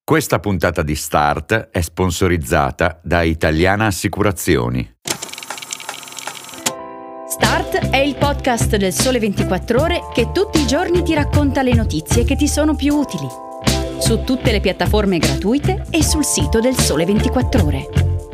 Questa puntata di Start è sponsorizzata da Italiana Assicurazioni. Start è il podcast del Sole 24 Ore che tutti i giorni ti racconta le notizie che ti sono più utili. Su tutte le piattaforme gratuite e sul sito del Sole 24 Ore.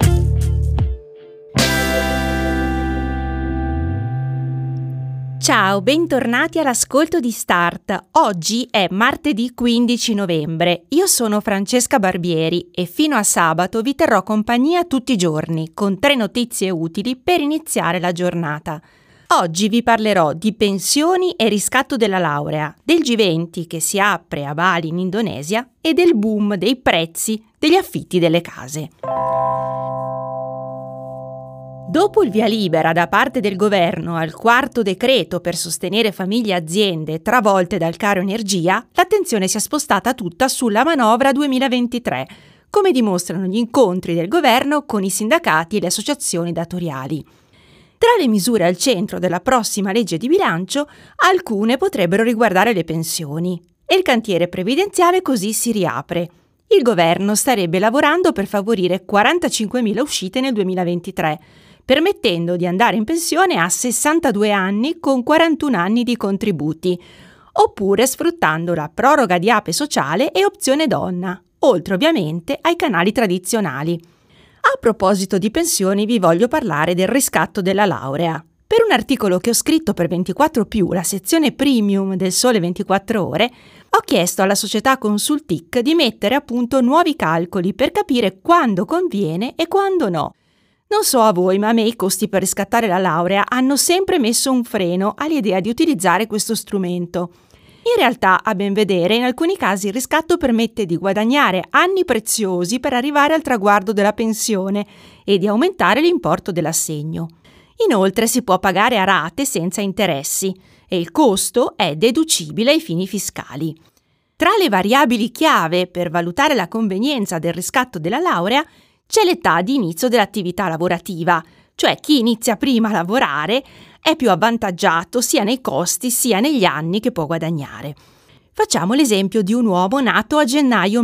Ciao, bentornati all'ascolto di Start. Oggi è martedì 15 novembre. Io sono Francesca Barbieri e fino a sabato vi terrò compagnia tutti i giorni con 3 notizie utili per iniziare la giornata. Oggi vi parlerò di pensioni e riscatto della laurea, del G20 che si apre a Bali in Indonesia e del boom dei prezzi degli affitti delle case. Dopo il via libera da parte del governo al quarto decreto per sostenere famiglie e aziende travolte dal caro energia, l'attenzione si è spostata tutta sulla manovra 2023, come dimostrano gli incontri del governo con i sindacati e le associazioni datoriali. Tra le misure al centro della prossima legge di bilancio, alcune potrebbero riguardare le pensioni e il cantiere previdenziale così si riapre. Il governo starebbe lavorando per favorire 45.000 uscite nel 2023, permettendo di andare in pensione a 62 anni con 41 anni di contributi, oppure sfruttando la proroga di APE sociale e opzione donna, oltre ovviamente ai canali tradizionali. A proposito di pensioni vi voglio parlare del riscatto della laurea. Per un articolo che ho scritto per 24+, la sezione premium del Sole 24 Ore, ho chiesto alla società Consultic di mettere a punto nuovi calcoli per capire quando conviene e quando no. Non so a voi, ma a me i costi per riscattare la laurea hanno sempre messo un freno all'idea di utilizzare questo strumento. In realtà, a ben vedere, in alcuni casi il riscatto permette di guadagnare anni preziosi per arrivare al traguardo della pensione e di aumentare l'importo dell'assegno. Inoltre si può pagare a rate senza interessi e il costo è deducibile ai fini fiscali. Tra le variabili chiave per valutare la convenienza del riscatto della laurea c'è l'età di inizio dell'attività lavorativa, cioè chi inizia prima a lavorare è più avvantaggiato sia nei costi sia negli anni che può guadagnare. Facciamo l'esempio di un uomo nato a gennaio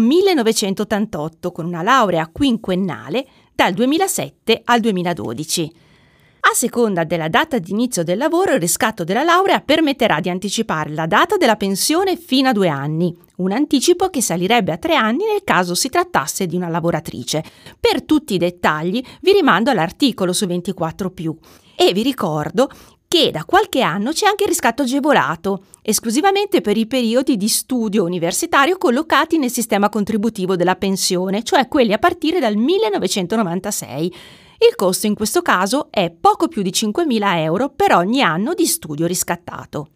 1988 con una laurea quinquennale dal 2007 al 2012. A seconda della data di inizio del lavoro, il riscatto della laurea permetterà di anticipare la data della pensione fino a 2 anni, un anticipo che salirebbe a 3 anni nel caso si trattasse di una lavoratrice. Per tutti i dettagli vi rimando all'articolo su 24+, e vi ricordo che da qualche anno c'è anche il riscatto agevolato, esclusivamente per i periodi di studio universitario collocati nel sistema contributivo della pensione, cioè quelli a partire dal 1996. Il costo in questo caso è poco più di 5.000 euro per ogni anno di studio riscattato.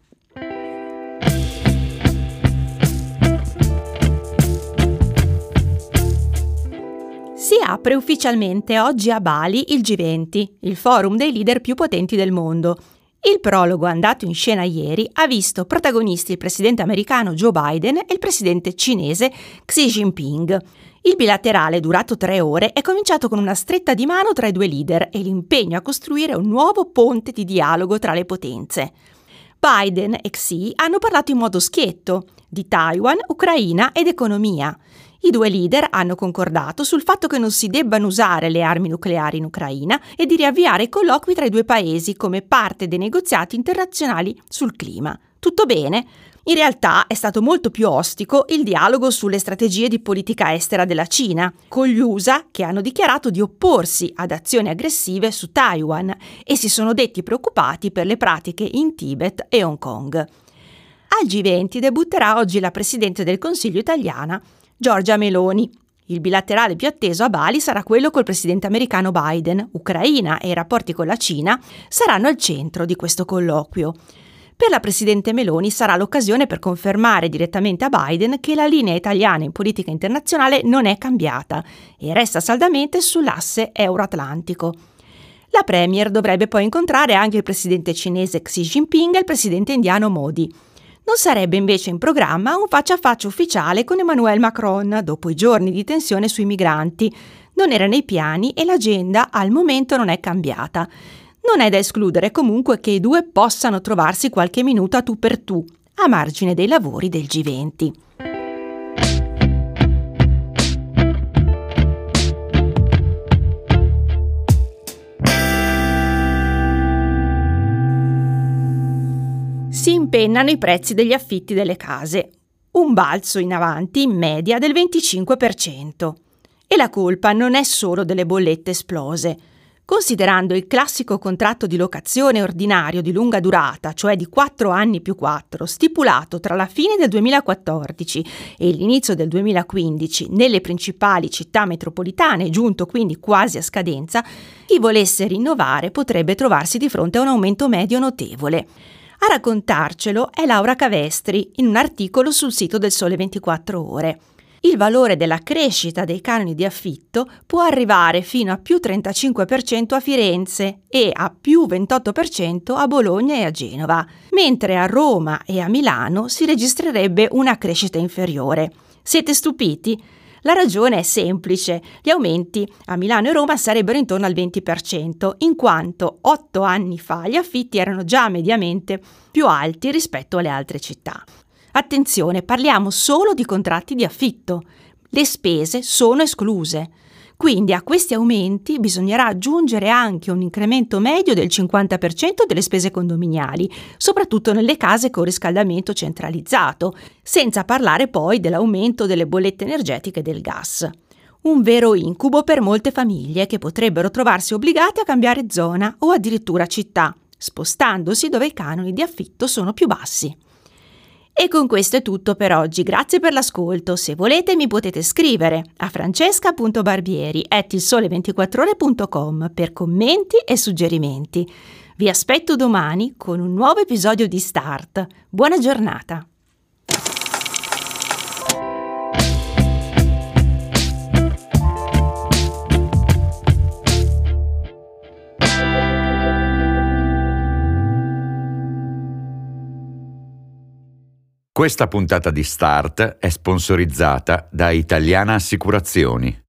Si apre ufficialmente oggi a Bali il G20, il forum dei leader più potenti del mondo. Il prologo andato in scena ieri ha visto protagonisti il presidente americano Joe Biden e il presidente cinese Xi Jinping. Il bilaterale, durato 3 ore, è cominciato con una stretta di mano tra i due leader e l'impegno a costruire un nuovo ponte di dialogo tra le potenze. Biden e Xi hanno parlato in modo schietto di Taiwan, Ucraina ed economia. I due leader hanno concordato sul fatto che non si debbano usare le armi nucleari in Ucraina e di riavviare i colloqui tra i due paesi come parte dei negoziati internazionali sul clima. Tutto bene? In realtà è stato molto più ostico il dialogo sulle strategie di politica estera della Cina, con gli USA che hanno dichiarato di opporsi ad azioni aggressive su Taiwan e si sono detti preoccupati per le pratiche in Tibet e Hong Kong. Al G20 debutterà oggi la Presidente del Consiglio italiana, Giorgia Meloni. Il bilaterale più atteso a Bali sarà quello col presidente americano Biden. Ucraina e i rapporti con la Cina saranno al centro di questo colloquio. Per la presidente Meloni sarà l'occasione per confermare direttamente a Biden che la linea italiana in politica internazionale non è cambiata e resta saldamente sull'asse euro-atlantico. La premier dovrebbe poi incontrare anche il presidente cinese Xi Jinping e il presidente indiano Modi. Non sarebbe invece in programma un faccia a faccia ufficiale con Emmanuel Macron dopo i giorni di tensione sui migranti. Non era nei piani e l'agenda al momento non è cambiata. Non è da escludere comunque che i due possano trovarsi qualche minuto a tu per tu, a margine dei lavori del G20. impennano i prezzi degli affitti delle case, un balzo in avanti in media del 25%. E la colpa non è solo delle bollette esplose. Considerando il classico contratto di locazione ordinario di lunga durata, cioè di 4 anni più 4, stipulato tra la fine del 2014 e l'inizio del 2015 nelle principali città metropolitane, giunto quindi quasi a scadenza, chi volesse rinnovare potrebbe trovarsi di fronte a un aumento medio notevole. A raccontarcelo è Laura Cavestri in un articolo sul sito del Sole 24 Ore. Il valore della crescita dei canoni di affitto può arrivare fino a più 35% a Firenze e a più 28% a Bologna e a Genova, mentre a Roma e a Milano si registrerebbe una crescita inferiore. Siete stupiti? La ragione è semplice: gli aumenti a Milano e Roma sarebbero intorno al 20%, in quanto 8 anni fa gli affitti erano già mediamente più alti rispetto alle altre città. Attenzione, parliamo solo di contratti di affitto. Le spese sono escluse. Quindi a questi aumenti bisognerà aggiungere anche un incremento medio del 50% delle spese condominiali, soprattutto nelle case con riscaldamento centralizzato, senza parlare poi dell'aumento delle bollette energetiche e del gas. Un vero incubo per molte famiglie che potrebbero trovarsi obbligate a cambiare zona o addirittura città, spostandosi dove i canoni di affitto sono più bassi. E con questo è tutto per oggi, grazie per l'ascolto. Se volete mi potete scrivere a francesca.barbieri@ilsole24ore.com per commenti e suggerimenti. Vi aspetto domani con un nuovo episodio di Start. Buona giornata! Questa puntata di Start è sponsorizzata da Italiana Assicurazioni.